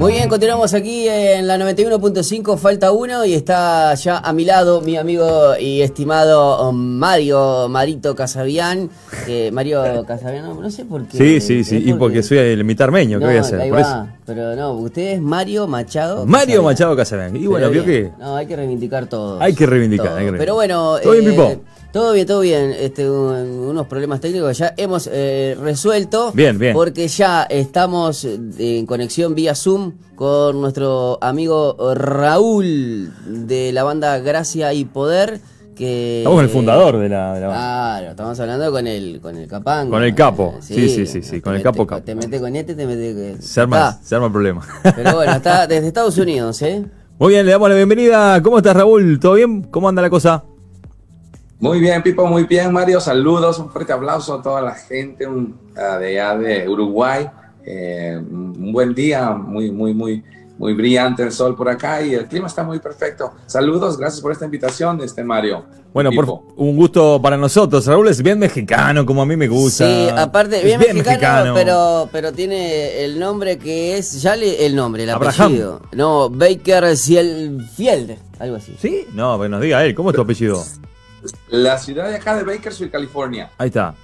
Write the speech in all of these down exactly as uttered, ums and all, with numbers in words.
Muy bien, continuamos aquí en la noventa y uno punto cinco, falta uno, y está ya a mi lado mi amigo y estimado Mario, Marito Casabian. Eh, Mario Casabian, no, no sé por qué. Sí, sí, sí, y porque soy el mitad armenio, ¿qué no, voy a hacer? Ahí por va, eso. pero no, usted es Mario Machado Mario Casabian. Machado Casabian. Y bueno, vio que... No, hay que reivindicar todo. Hay que reivindicar, todo. hay que reivindicar. Pero bueno... ¿Todo bien, eh, Pipo? Todo bien, todo bien. Este, un, unos problemas técnicos que ya hemos eh, resuelto. Bien, bien. Porque ya estamos en conexión vía Zoom con nuestro amigo Raúl de la banda Gracia y Poder. Que, Estamos con el fundador de la, de la banda. Claro, estamos hablando con el, con el capán. Con el capo. Sí, sí, sí, sí, te con el mete- capo capo. Te mete con este, te mete... Se arma, Está. se arma el problema. Pero bueno, está desde Estados Unidos, ¿eh? Muy bien, le damos la bienvenida. ¿Cómo estás, Raúl? ¿Todo bien? ¿Cómo anda la cosa? Muy bien, Pipo, muy bien, Mario. Saludos, un fuerte aplauso a toda la gente un, uh, de allá de Uruguay. Eh, un buen día, muy, muy, muy, muy brillante el sol por acá y el clima está muy perfecto. Saludos, gracias por esta invitación, este Mario. Bueno, por, Pipo. un gusto para nosotros. Raúl es bien mexicano, como a mí me gusta. Sí, aparte, Es bien, mexicano, Pero, pero tiene el nombre que es, ya le, el nombre, el Abraham. apellido. No, Baker Field, algo así. ¿Sí? No, que nos diga él. ¿Cómo es tu apellido? La ciudad de acá de Bakersfield, California. Ahí está.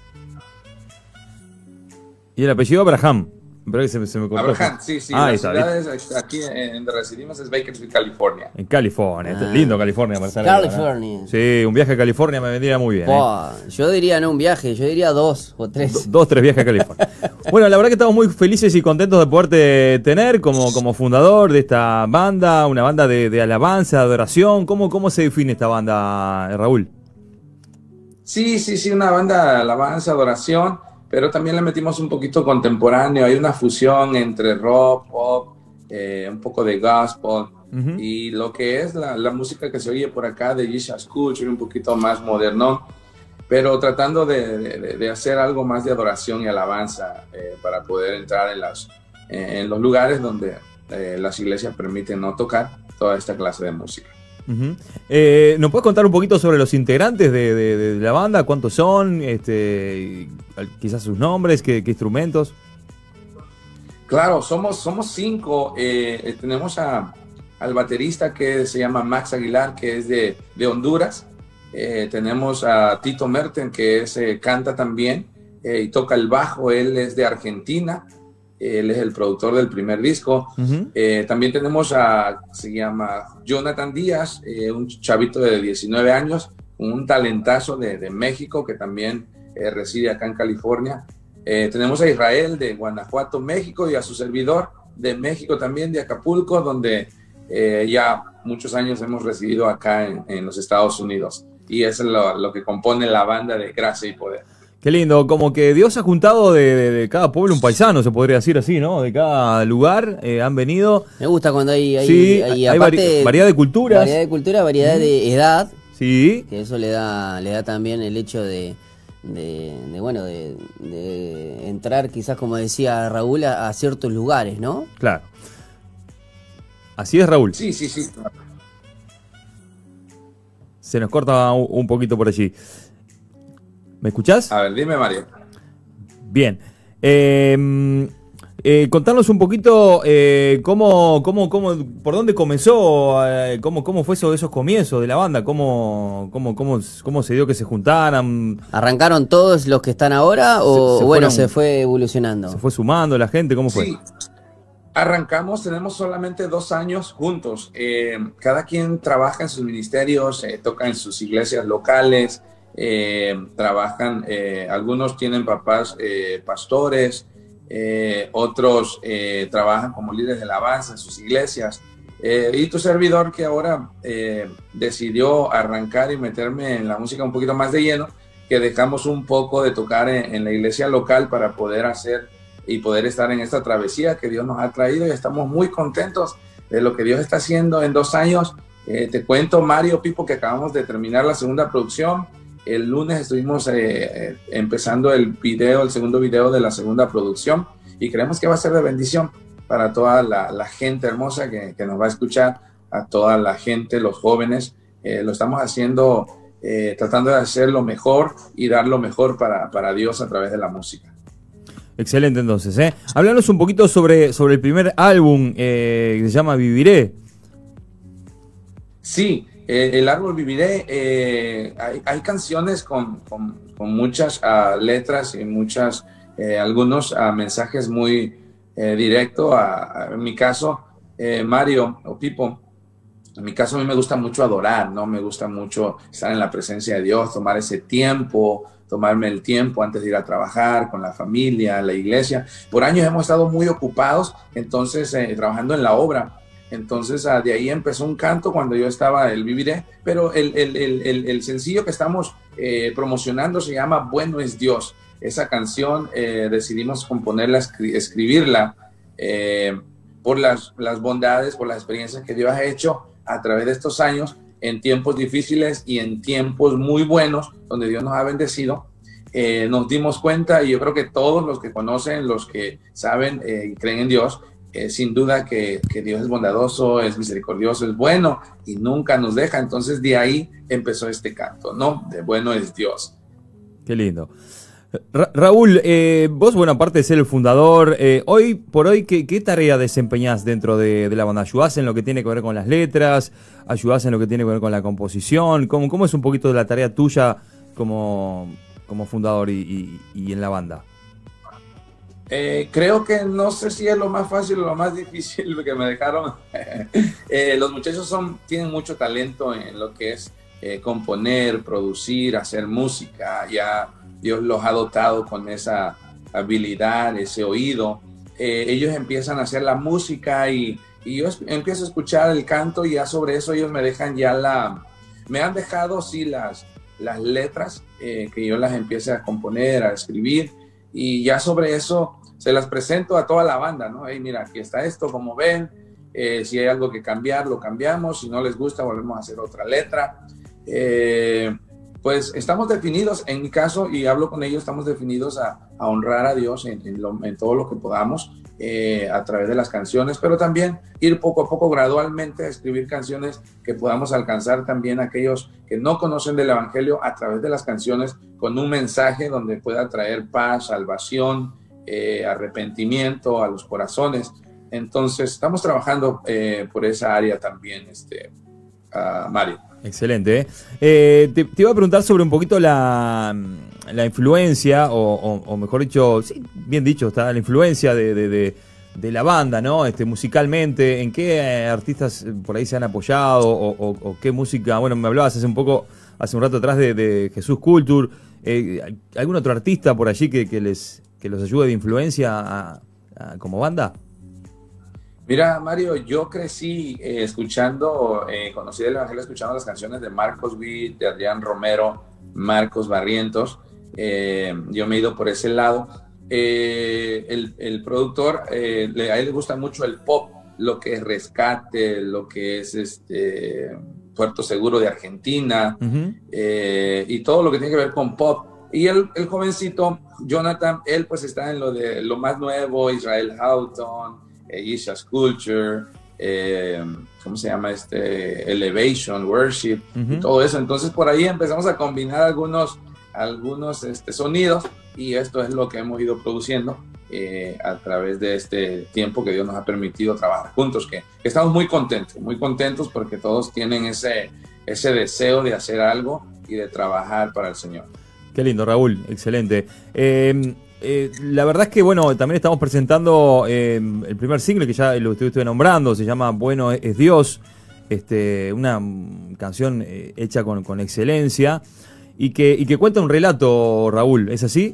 Y el apellido Abraham. Espera que se, me- se me cortó. Abraham, sí, sí. Ah, ahí la está. ciudad es aquí en donde residimos es Bakersfield, California. En California. Ah. Lindo California para estar ahí, ¿verdad? California. Sí, un viaje a California me vendría muy bien. ¿eh? Buah, yo diría no un viaje, yo diría dos o tres. Do- dos, tres viajes a California. Bueno, la verdad que estamos muy felices y contentos de poderte tener como, como fundador de esta banda, una banda de, de alabanza, de adoración. ¿Cómo, ¿Cómo se define esta banda, Raúl? Sí, sí, sí, una banda de alabanza, adoración, pero también le metimos un poquito contemporáneo. Hay una fusión entre rock, pop, eh, un poco de gospel Ujú. y lo que es la, la música que se oye por acá de Jesus Culture, un poquito más moderno, pero tratando de, de- de hacer algo más de adoración y alabanza eh, para poder entrar en, las, en los lugares donde eh, las iglesias permiten no tocar toda esta clase de música. Ujú. Eh, ¿Nos puedes contar un poquito sobre los integrantes de, de- de la banda? ¿Cuántos son? Este, y, quizás sus nombres, qué, qué instrumentos. Claro, somos, somos cinco. Eh, eh, tenemos a, al baterista que se llama Max Aguilar, que es de, de Honduras. Eh, tenemos a Tito Merten, que es, eh, canta también eh, y toca el bajo. Él es de Argentina. Él es el productor del primer disco. Ujú. Eh, también tenemos a, se llama Jonathan Díaz, eh, un chavito de diecinueve años, un talentazo de, de México que también eh, reside acá en California. Eh, tenemos a Israel de Guanajuato, México, y a su servidor de México también, de Acapulco, donde eh, ya muchos años hemos residido acá en, en los Estados Unidos. Y eso es lo, lo que compone la banda de Gracia y Poder. Qué lindo, como que Dios ha juntado de, de- de cada pueblo un paisano, se podría decir así, ¿no? De cada lugar eh, han venido. Me gusta cuando hay, hay, Sí, hay, hay vari- variedad de culturas. Variedad de cultura, variedad de edad, Sí, que eso le da, le da también el hecho de, de, de, bueno, de, de entrar quizás, como decía Raúl, a, a ciertos lugares, ¿no? claro. Así es, Raúl. Sí, sí, sí. Se nos corta un, un poquito por allí. ¿Me escuchás? A ver, dime, Mario. Bien. Eh, eh, contanos un poquito eh, cómo, cómo, cómo, por dónde comenzó, eh, cómo, cómo fue eso, esos comienzos de la banda, cómo, cómo, cómo, cómo se dio que se juntaran, ¿Arrancaron todos los que están ahora o Se- se bueno, fueron- se fue evolucionando? se fue sumando la gente, cómo fue. Sí, arrancamos, tenemos solamente dos años juntos. Eh, cada quien trabaja en sus ministerios, eh, toca en sus iglesias locales, eh, trabajan, eh, algunos tienen papás eh, pastores, eh, otros eh, trabajan como líderes de alabanza en sus iglesias. Eh, y tu servidor que ahora eh, decidió arrancar y meterme en la música un poquito más de lleno, que dejamos un poco de tocar en, en la iglesia local para poder hacer y poder estar en esta travesía que Dios nos ha traído, y estamos muy contentos de lo que Dios está haciendo en dos años. Eh, te cuento, Mario, Pipo, que acabamos de terminar la segunda producción. El lunes estuvimos eh, eh, empezando el video, el segundo video de la segunda producción, y creemos que va a ser de bendición para toda la, la gente hermosa que, que nos va a escuchar, a toda la gente, los jóvenes. Eh, lo estamos haciendo, eh, tratando de hacer lo mejor y dar lo mejor para, para Dios a través de la música. Excelente entonces, ¿eh? Háblanos un poquito sobre, sobre el primer álbum eh, que se llama Viviré. Sí, eh, el árbol Viviré, eh, hay, hay canciones con, con, con muchas uh, letras y muchas, eh, algunos uh, mensajes muy eh, directos. A, a, en mi caso, eh, Mario o Pipo, en mi caso a mí me gusta mucho adorar, ¿no? Me gusta mucho estar en la presencia de Dios, tomar ese tiempo, tomarme el tiempo antes de ir a trabajar con la familia, la iglesia. Por años hemos estado muy ocupados, entonces, eh, trabajando en la obra. Entonces, uh, de ahí empezó un canto cuando yo estaba el Viviré, pero el, el, el, el, el sencillo que estamos eh, promocionando se llama Bueno es Dios. Esa canción eh, decidimos componerla, escri escribirla eh, por las, las bondades, por las experiencias que Dios ha hecho a través de estos años, en tiempos difíciles y en tiempos muy buenos, donde Dios nos ha bendecido. Eh, nos dimos cuenta, y yo creo que todos los que conocen, los que saben eh, y creen en Dios, eh, sin duda que, que Dios es bondadoso, es misericordioso, es bueno y nunca nos deja. Entonces de ahí empezó este canto, ¿no? De bueno es Dios. Qué lindo. Ra Raúl, eh, vos, bueno, aparte de ser el fundador, eh, hoy por hoy, ¿qué, qué tarea desempeñás dentro de, de la banda? ¿Ayudás en lo que tiene que ver con las letras? ¿Ayudás en lo que tiene que ver con la composición? ¿Cómo, cómo es un poquito de la tarea tuya como, como fundador y, y, y en la banda? Eh, creo que no sé si es lo más fácil o lo más difícil que me dejaron. eh, los muchachos son, tienen mucho talento en lo que es eh, componer, producir, hacer música. Ya Dios los ha dotado con esa habilidad, ese oído. Eh, ellos empiezan a hacer la música y, y yo empiezo a escuchar el canto, y ya sobre eso ellos me dejan ya la... Me han dejado, sí, las, las letras, eh, que yo las empiece a componer, a escribir, y ya sobre eso se las presento a toda la banda, ¿no? Hey, mira, aquí está esto, como ven, eh, si hay algo que cambiar, lo cambiamos, si no les gusta, volvemos a hacer otra letra. Eh, pues estamos definidos, en mi caso, y hablo con ellos, estamos definidos a, a honrar a Dios en, en, lo, en todo lo que podamos, eh, a través de las canciones, pero también ir poco a poco, gradualmente, a escribir canciones que podamos alcanzar también a aquellos que no conocen del Evangelio a través de las canciones, con un mensaje donde pueda traer paz, salvación, eh, arrepentimiento a los corazones. Entonces, estamos trabajando eh, por esa área también, este, uh, Mario. Excelente. ¿eh? Eh, te, te iba a preguntar sobre un poquito la, la influencia, o, o, o mejor dicho, sí, bien dicho, está la influencia de, de, de, de la banda, ¿no? Este, musicalmente, ¿en qué artistas por ahí se han apoyado o, o, o qué música? Bueno, me hablabas hace un poco, hace un rato atrás de, de Jesús Culture. Eh, ¿Algún otro artista por allí que, que les que los ayude de influencia a, a, como banda? Mira, Mario, yo crecí eh, escuchando, eh, conocí el Evangelio escuchando las canciones de Marcos Witt, de Adrián Romero, Marcos Barrientos. Eh, yo me he ido por ese lado. Eh, el, el productor, eh, le, a él le gusta mucho el pop, lo que es Rescate, lo que es este Puerto Seguro de Argentina, uh-huh. eh, y todo lo que tiene que ver con pop. Y el, el jovencito, Jonathan, él pues está en lo de lo más nuevo, Israel Houghton, Isha's Culture, eh, ¿cómo se llama? este Elevation, Worship, uh-huh. y todo eso. Entonces por ahí empezamos a combinar algunos, algunos este, sonidos, y esto es lo que hemos ido produciendo eh, a través de este tiempo que Dios nos ha permitido trabajar juntos, que, que estamos muy contentos, muy contentos porque todos tienen ese, ese deseo de hacer algo y de trabajar para el Señor. Qué lindo, Raúl, excelente. Eh, Eh, la verdad es que, bueno, también estamos presentando eh, el primer single que ya lo estuve nombrando, se llama Bueno es Dios, este, una canción eh, hecha con, con excelencia y que, y que cuenta un relato, Raúl, ¿es así?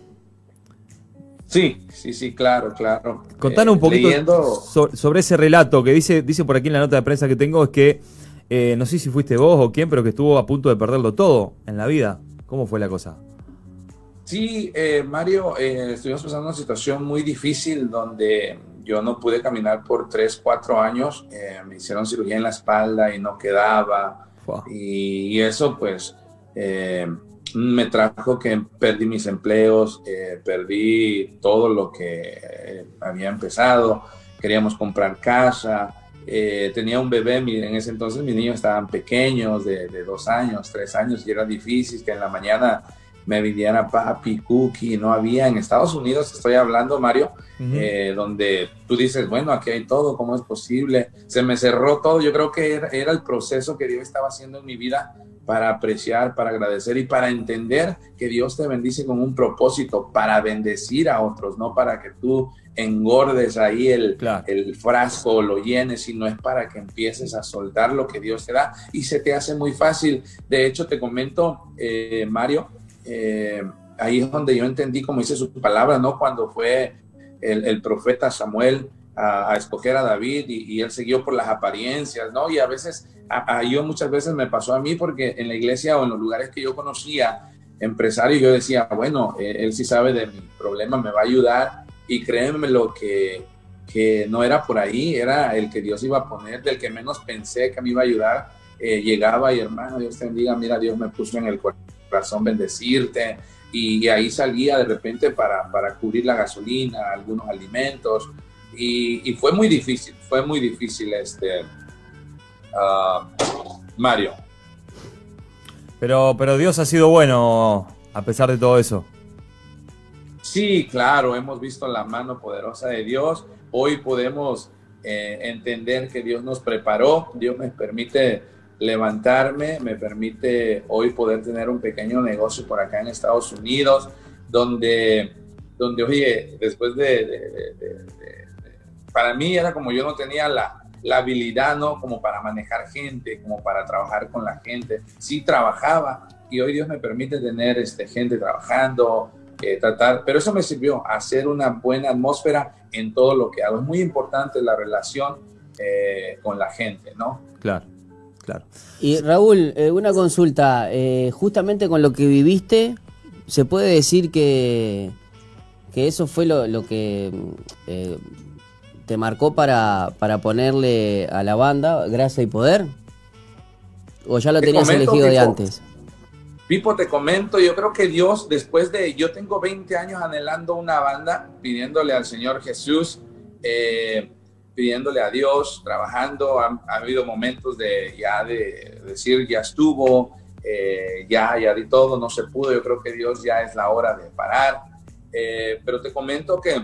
Sí, sí, sí, claro, claro. Contanos eh, un poquito leyendo... so, sobre ese relato que dice, dice por aquí en la nota de prensa que tengo, es que, eh, no sé si fuiste vos o quién, pero que estuvo a punto de perderlo todo en la vida. ¿Cómo fue la cosa? Sí, eh, Mario, eh, estuvimos pasando una situación muy difícil donde yo no pude caminar por tres, cuatro años. Eh, me hicieron cirugía en la espalda y no quedaba. Wow. Y, y eso pues eh, me trajo que perdí mis empleos, eh, perdí todo lo que eh, había empezado. Queríamos comprar casa. Eh, tenía un bebé, en ese entonces mis niños estaban pequeños, de, de dos años, tres años, y era difícil que en la mañana me viniera papi, cookie, no había. En Estados Unidos estoy hablando, Mario, uh-huh. eh, donde tú dices, bueno, aquí hay todo, ¿cómo es posible? Se me cerró todo. Yo creo que era, era el proceso que Dios estaba haciendo en mi vida para apreciar, para agradecer y para entender que Dios te bendice con un propósito, para bendecir a otros, no para que tú engordes ahí el, claro. el frasco, lo llenes, sino es para que empieces a soltar lo que Dios te da y se te hace muy fácil. De hecho, te comento, eh, Mario, eh, ahí es donde yo entendí, como dice su palabra, ¿no? Cuando fue el, el profeta Samuel a, a escoger a David y, y él siguió por las apariencias, ¿no? Y a veces, a, a yo muchas veces me pasó a mí porque en la iglesia o en los lugares que yo conocía, empresarios, yo decía, bueno, eh, él sí sabe de mi problema, me va a ayudar. Y créanme lo que, que no era por ahí, era el que Dios iba a poner, del que menos pensé que me iba a ayudar. Eh, llegaba y hermano, Dios te bendiga, mira, Dios me puso en el corazón bendecirte. Y, y ahí salía de repente para, para cubrir la gasolina, algunos alimentos. Y, y fue muy difícil, fue muy difícil este, uh, Mario. Pero, pero Dios ha sido bueno a pesar de todo eso. Sí, claro, hemos visto la mano poderosa de Dios. Hoy podemos eh, entender que Dios nos preparó. Dios me permite levantarme, me permite hoy poder tener un pequeño negocio por acá en Estados Unidos, donde, donde oye, después de, de, de, de, de, de... Para mí era como yo no tenía la, la habilidad, ¿no? Como para manejar gente, como para trabajar con la gente. Sí trabajaba y hoy Dios me permite tener este, gente trabajando, Eh, tratar, pero eso me sirvió a hacer una buena atmósfera en todo lo que hago. Es muy importante la relación eh, con la gente, ¿no? Claro, claro. Y Raúl, eh, una consulta, eh, justamente con lo que viviste, ¿se puede decir que, que eso fue lo, lo que eh, te marcó para, para ponerle a la banda Gracia y Poder? ¿O ya lo te tenías comento, elegido Pipo, de antes? Pipo, te comento, yo creo que Dios, después de, yo tengo veinte años anhelando una banda, pidiéndole al Señor Jesús, eh, pidiéndole a Dios, trabajando. Ha, ha habido momentos de ya de decir, ya estuvo, eh, ya, ya di todo, no se pudo. Yo creo que Dios ya es la hora de parar. Eh, pero te comento que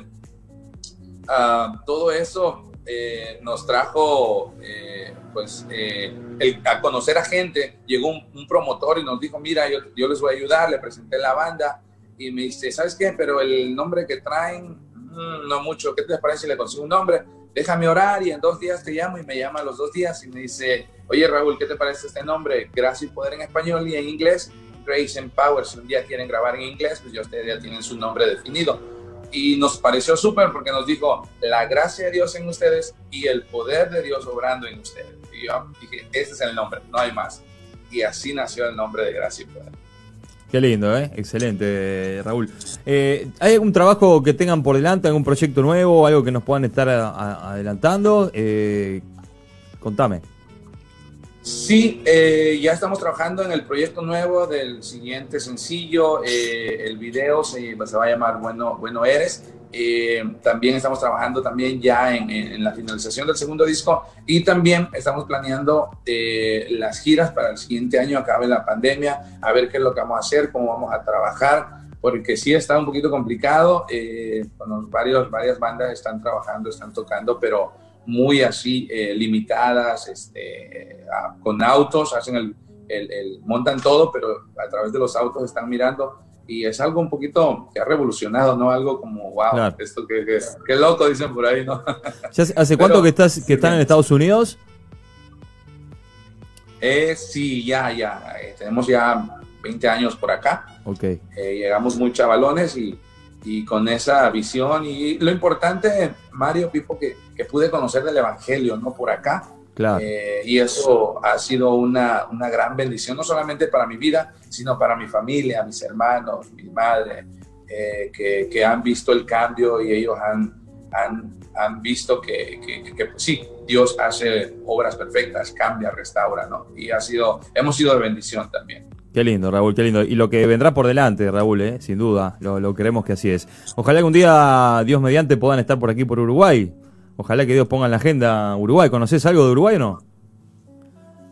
uh, todo eso eh, nos trajo, eh, pues, eh, el, a conocer a gente. Llegó un, un promotor y nos dijo, mira, yo, yo les voy a ayudar. Le presenté la banda y me dice, ¿sabes qué? Pero el nombre que traen, mmm, no mucho. ¿Qué te parece si le consigo un nombre? Déjame orar y en dos días te llamo. Y me llama a los dos días y me dice, oye, Raúl, ¿qué te parece este nombre? Gracia y Poder en español y en inglés, Grace and Power. Si un día quieren grabar en inglés, pues ya ustedes ya tienen su nombre definido. Y nos pareció súper porque nos dijo, la gracia de Dios en ustedes y el poder de Dios obrando en ustedes. Y yo dije, ese es el nombre, no hay más. Y así nació el nombre de Gracia y Poder. Qué lindo, ¿eh? Excelente, Raúl. Eh, ¿Hay algún trabajo que tengan por delante, algún proyecto nuevo, algo que nos puedan estar a, a, adelantando? Eh, contame. Sí, eh, ya estamos trabajando en el proyecto nuevo del siguiente sencillo. Eh, el video se, se va a llamar Bueno, Bueno Eres. Eh, también estamos trabajando también ya en, en la finalización del segundo disco y también estamos planeando eh, las giras para el siguiente año, acabe la pandemia, a ver qué es lo que vamos a hacer, cómo vamos a trabajar, porque sí está un poquito complicado. Eh, bueno, varios, varias bandas están trabajando, están tocando, pero muy así eh, limitadas, este, a, con autos, hacen el, el, el, montan todo, pero a través de los autos están mirando. Y es algo un poquito que ha revolucionado, ¿no? Algo como, wow, claro. Esto que, que, que loco, dicen por ahí, ¿no? ¿Hace cuánto Pero, que, estás, que están en Estados Unidos? Eh, sí, ya, ya. Eh, tenemos ya veinte años por acá. Ok. Eh, llegamos muy chavalones y, y con esa visión. Y lo importante, Mario, Pipo, que, que pude conocer del Evangelio, ¿no? Por acá. Claro. Eh, y eso ha sido una, una gran bendición, no solamente para mi vida, sino para mi familia, mis hermanos, mi madre, eh, que, que han visto el cambio y ellos han, han, han visto que, que, que, que pues, sí, Dios hace obras perfectas, cambia, restaura, ¿no? Y ha sido, hemos sido de bendición también. Qué lindo, Raúl, qué lindo. Y lo que vendrá por delante, Raúl, ¿eh? Sin duda, lo, lo queremos que así es. Ojalá que un día, Dios mediante, puedan estar por aquí, por Uruguay. Ojalá que Dios ponga en la agenda Uruguay. ¿Conocés algo de Uruguay o no?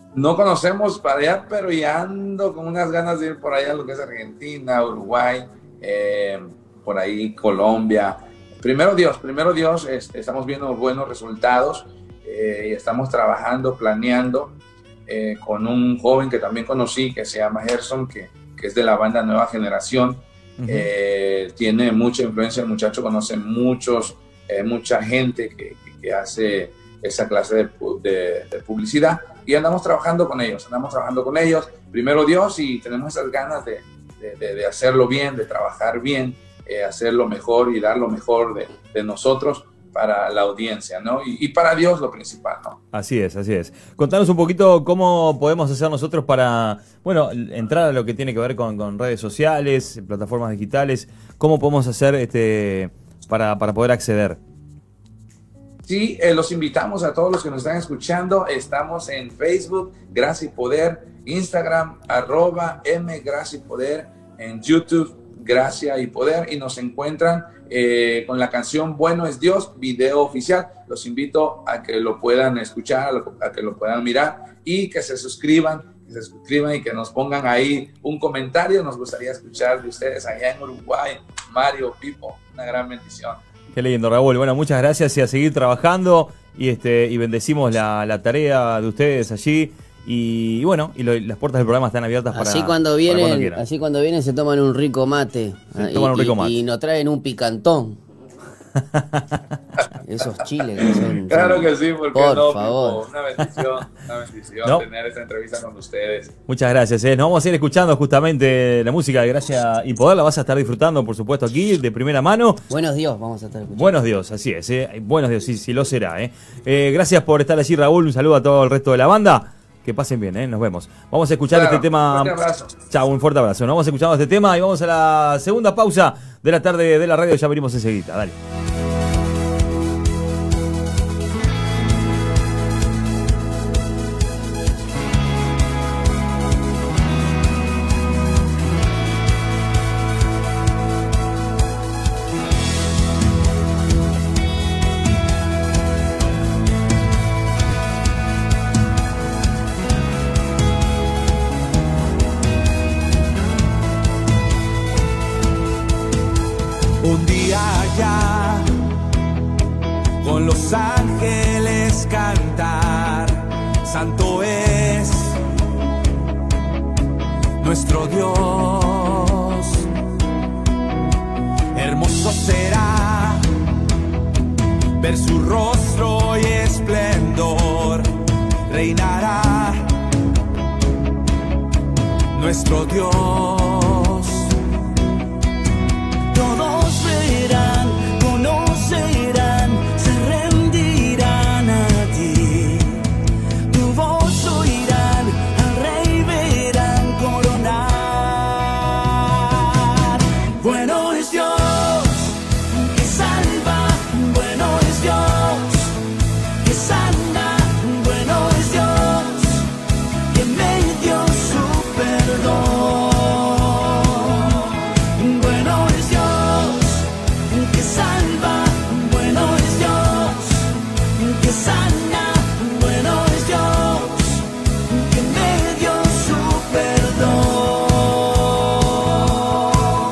no conocemos para allá, pero ya ando con unas ganas de ir por allá, lo que es Argentina, Uruguay, eh, por ahí Colombia. Primero Dios, primero Dios, es, estamos viendo buenos resultados eh, y estamos trabajando, planeando eh, con un joven que también conocí, que se llama Gerson, que, que es de la banda Nueva Generación. Uh-huh. eh, tiene mucha influencia, el muchacho conoce muchos, eh, mucha gente que, que, que hace esa clase de, de, de publicidad, y andamos trabajando con ellos, andamos trabajando con ellos, primero Dios, y tenemos esas ganas de, de, de, de hacerlo bien, de trabajar bien, eh, hacerlo mejor y dar lo mejor de, de nosotros para la audiencia, ¿no? Y, y para Dios lo principal, ¿no? Así es, así es. Contanos un poquito cómo podemos hacer nosotros para, bueno, entrar a lo que tiene que ver con, con redes sociales, plataformas digitales, cómo podemos hacer este para, para poder acceder. Sí, eh, los invitamos a todos los que nos están escuchando. Estamos en Facebook, Gracia y Poder, Instagram, arroba M Gracia y Poder, en YouTube, Gracia y Poder, y nos encuentran eh, con la canción Bueno es Dios, video oficial. Los invito a que lo puedan escuchar, a que lo puedan mirar y que se suscriban, que se suscriban y que nos pongan ahí un comentario. Nos gustaría escuchar de ustedes allá en Uruguay. Mario, Pipo, una gran bendición. Qué lindo, Raúl. Bueno, muchas gracias y a seguir trabajando y este y bendecimos la, la tarea de ustedes allí y, y bueno, y lo, las puertas del programa están abiertas para así cuando vienen, para cuando así cuando vienen se toman un rico mate, se toman y, un rico mate. Y, y nos traen un picantón. Esos chiles que son, claro son, que sí, porque por no, favor. Una bendición, una bendición ¿No? tener esta entrevista con ustedes. Muchas gracias, eh. Nos vamos a ir escuchando justamente la música de Gracia y Poder, la vas a estar disfrutando, por supuesto, aquí de primera mano. Buenos Dios, vamos a estar escuchando. Buenos Dios, así es, eh. Buenos Dios, sí, sí lo será, eh. eh. Gracias por estar allí, Raúl, un saludo a todo el resto de la banda. Que pasen bien, ¿eh? Nos vemos. Vamos a escuchar claro, este tema. Un fuerte abrazo. Chao, un fuerte abrazo. Nos vamos escuchando este tema y vamos a la segunda pausa de la tarde de la radio. Ya venimos enseguida. Dale. Un día ya, con los ángeles cantar, santo es nuestro Dios. Hermoso será ver su rostro y esplendor, reinará nuestro Dios. Todos verán, conocerán, se rendirán a ti. Tu voz oirán, al Rey verán coronar. Bueno es Dios, que salva, bueno es Dios, que sana, bueno es Dios, que me dio su perdón. Sana, bueno es Dios, que me dio su perdón.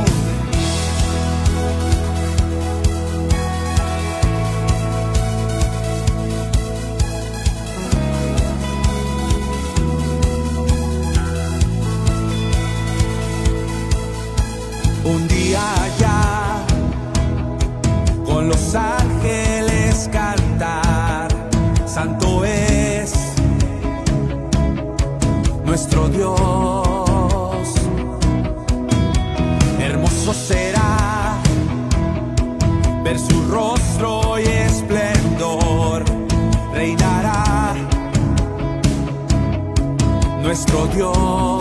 Un día ya, con los ángeles cantar, santo es nuestro Dios. Hermoso será ver su rostro y esplendor, reinará nuestro Dios.